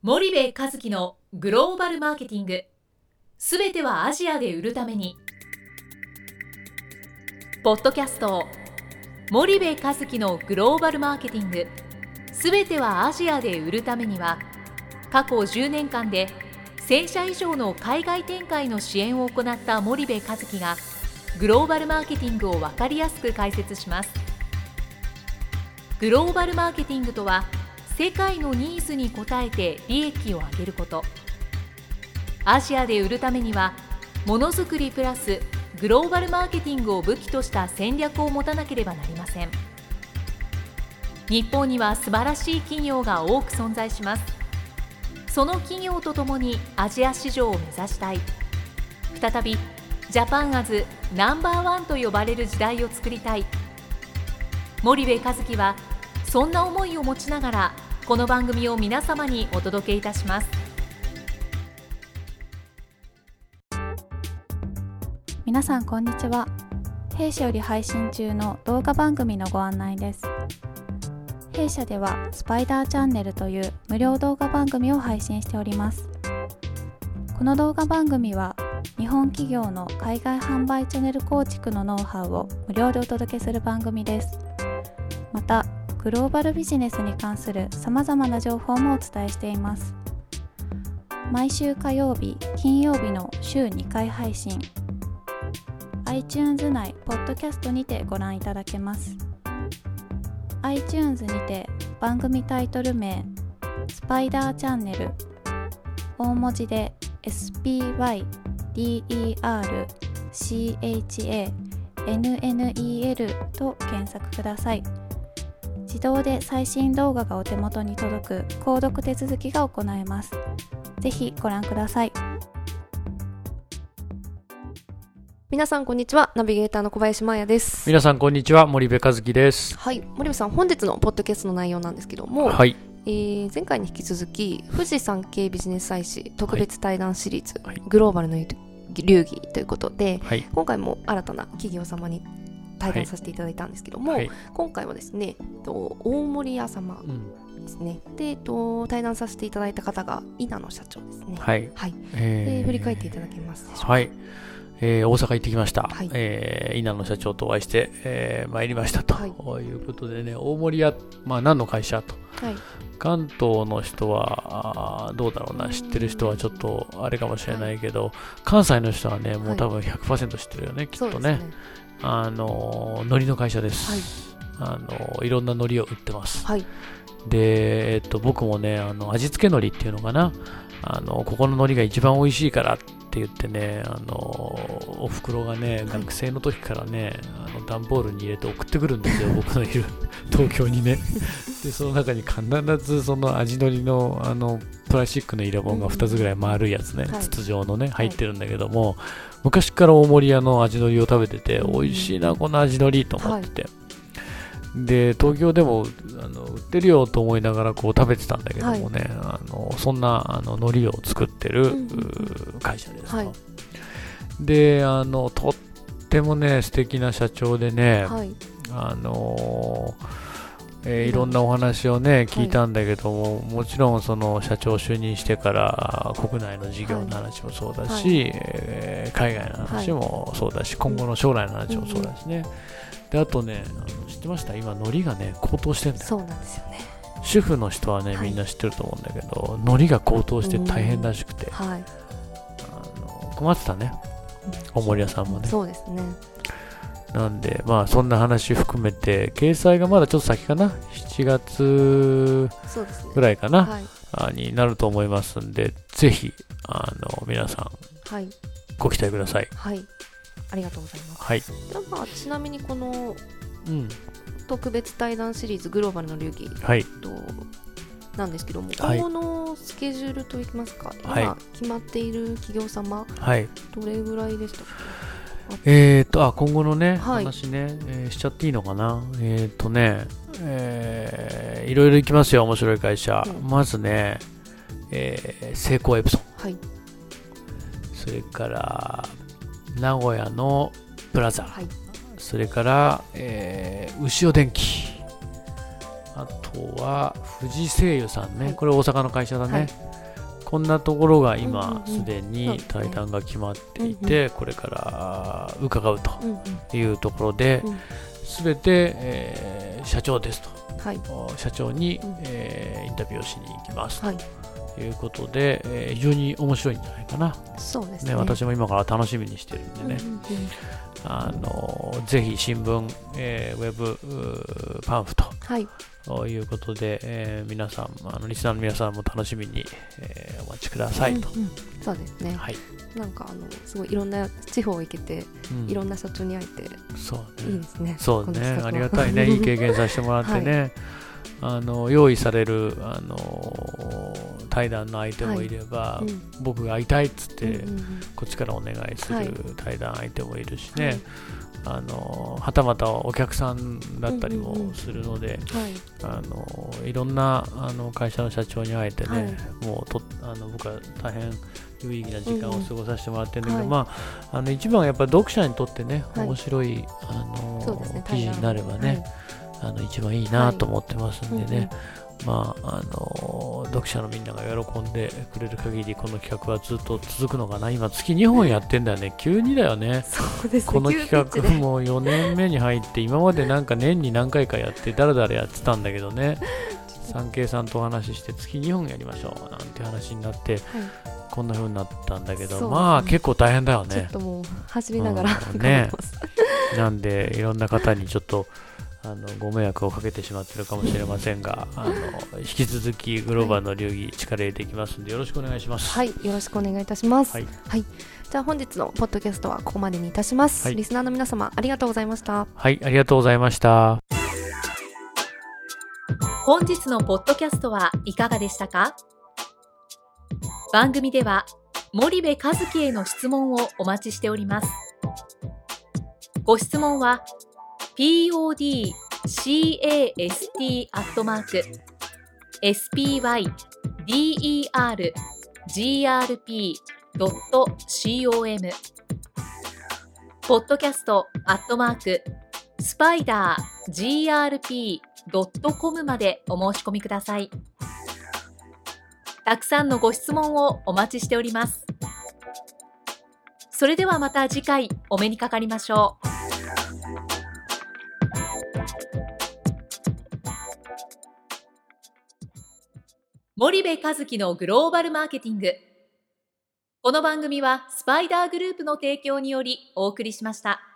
森部一樹のグローバルマーケティング、すべてはアジアで売るために。ポッドキャスト森部一樹のグローバルマーケティング、すべてはアジアで売るためには、過去10年間で1000社以上の海外展開の支援を行った森部一樹がグローバルマーケティングを分かりやすく解説します。グローバルマーケティングとは、世界のニーズに応えて利益を上げること。アジアで売るためには、ものづくりプラスグローバルマーケティングを武器とした戦略を持たなければなりません。日本には素晴らしい企業が多く存在します。その企業とともにアジア市場を目指したい。再びジャパンアズナンバーワンと呼ばれる時代を作りたい。森部一樹はそんな思いを持ちながら、この番組を皆様にお届けいたします。 皆さんこんにちは。弊社より配信中の動画番組のご案内です。弊社ではスパイダーチャンネルという無料動画番組を配信しております。この動画番組は日本企業の海外販売チャンネル構築のノウハウを無料でお届けする番組です。またグローバルビジネスに関するさまざまな情報もお伝えしています。毎週火曜日、金曜日の週2回配信。iTunes 内ポッドキャストにてご覧いただけます。iTunes にて番組タイトル名スパイダーチャンネル、大文字で SPYDERCHANNEL と検索ください。自動で最新動画がお手元に届く購読手続きが行えます。ぜひご覧ください。 皆さんこんにちは。ナビゲーターの小林真彩です。 皆さんこんにちは。森部一樹です。 はい、森部さん、本日のポッドキャストの内容なんですけども、 はい、 前回に引き続き富士山系ビジネス祭祀特別対談シリーズ、 はい、 グローバルの流儀ということで、 はい、 今回も新たな企業様に対談させていただいたんですけども、 はい、 今回はですね、大森屋様ですね、で、対談させていただいた方が稲野社長ですね。 はい、 はい、で振り返っていただけますでしょうか。 はい、大阪行ってきました。 はい、 稲野社長とお会いして、参りましたと、 はい、 いうことでね、大森屋、何の会社と、はい、関東の人はどうだろうな、知ってる人はちょっとあれかもしれないけど、はい、関西の人はね、もう多分 100% 知ってるよね、はい、きっとね。海苔の会社です。はい、いろんな海苔を売ってます。はい、で、僕もね、味付け海苔っていうのかな、ここの海苔が一番美味しいからって言ってね、お袋がね、学生の時からね、段ボールに入れて送ってくるんですよ、僕のいる東京にね。で、その中に必ずその味海苔のプラスチックの入れ物が2つぐらい丸いやつね、筒状のね、入ってるんだけども、昔から大森屋の味海苔を食べてて、美味しいなこの味海苔と思ってて、で東京でも売ってるよと思いながらこう食べてたんだけどもね、そんな海苔を作ってる、会社です、はい、でとってもね素敵な社長でね、はい、いろんなお話をね聞いたんだけども、もちろんその社長就任してから国内の事業の話もそうだし、海外の話もそうだし、今後の将来の話もそうだしね、であとね知ってました？今海苔がね高騰してるんだよ。 そうなんですよね。 主婦の人はね、みんな知ってると思うんだけど、海苔が高騰して大変らしくて、はい、困ってたね、大森屋さんもね。 そうですね。 なんでそんな話含めて掲載がまだちょっと先かな、7月ぐらいかな、はい、になると思いますんで、ぜひ皆さん、はい、ご期待ください。 はい、ありがとうございます。 はい、 ではちなみにこの、特別対談シリーズグローバルの流儀、はい、なんですけども、今後のスケジュールといいますか、今決まっている企業様、はい、どれぐらいでしたか？ 今後のね、話ね、しちゃっていいのかな。いろいろ行きますよ、面白い会社。まずね、セイコーエプソン、はい、それから名古屋のプラザ、はい、それから、牛尾電機、 あとは富士製油さんね、これ大阪の会社だね、こんなところが今すでに対談が決まっていて、これから伺うというところで、全て、社長ですと、社長に、インタビューをしに行きますということで、非常に面白いんじゃないかな。 そうですね。 私も今から楽しみにしてるんでね、ぜひ新聞、ウェブパンフということで、皆さんリスナーの皆さんも楽しみに、お待ちくださいと。 そうですね、なんかすごいいろんな地方行けて、いろんな社長に会えて、いいですね。 そうね、ありがたいね。いい経験させてもらってね、用意される対談の相手もいれば、僕が会いたいっつって、こっちからお願いする対談相手もいるしね、はたまたお客さんだったりもするので、いろんな会社の社長に会えてね、もう僕は大変有意義な時間を過ごさせてもらってるんだけど、一番はやっぱり読者にとってね、面白い記事になればね、一番いいなと思ってますんでね、読者のみんなが喜んでくれる限りこの企画はずっと続くのかな。今月2本やってんだよね。急にだよね。 そうですね、 この企画も4年目に入って、今までなんか年に何回かやってだらだらやってたんだけどね、産経さんとお話しして月2本やりましょうなんて話になって、こんな風になったんだけど、結構大変だよね。 ちょっともう走りながら頑張ってます。 なんでいろんな方にちょっとご迷惑をかけてしまってるかもしれませんが、引き続きグローバルの流儀、力入れていきますのでよろしくお願いします。 よろしくお願いいたします。じゃあ本日のポッドキャストはここまでにいたします。リスナーの皆様ありがとうございました。 ありがとうございました。 本日のポッドキャストはいかがでしたか？番組では森部一樹への質問をお待ちしております。ご質問はpodcast@spydergrp.com podcast@spidergrp.com までお申し込みください。たくさんのご質問をお待ちしております。それではまた次回お目にかかりましょう。森部一樹のグローバルマーケティング。この番組はスパイダーグループの提供によりお送りしました。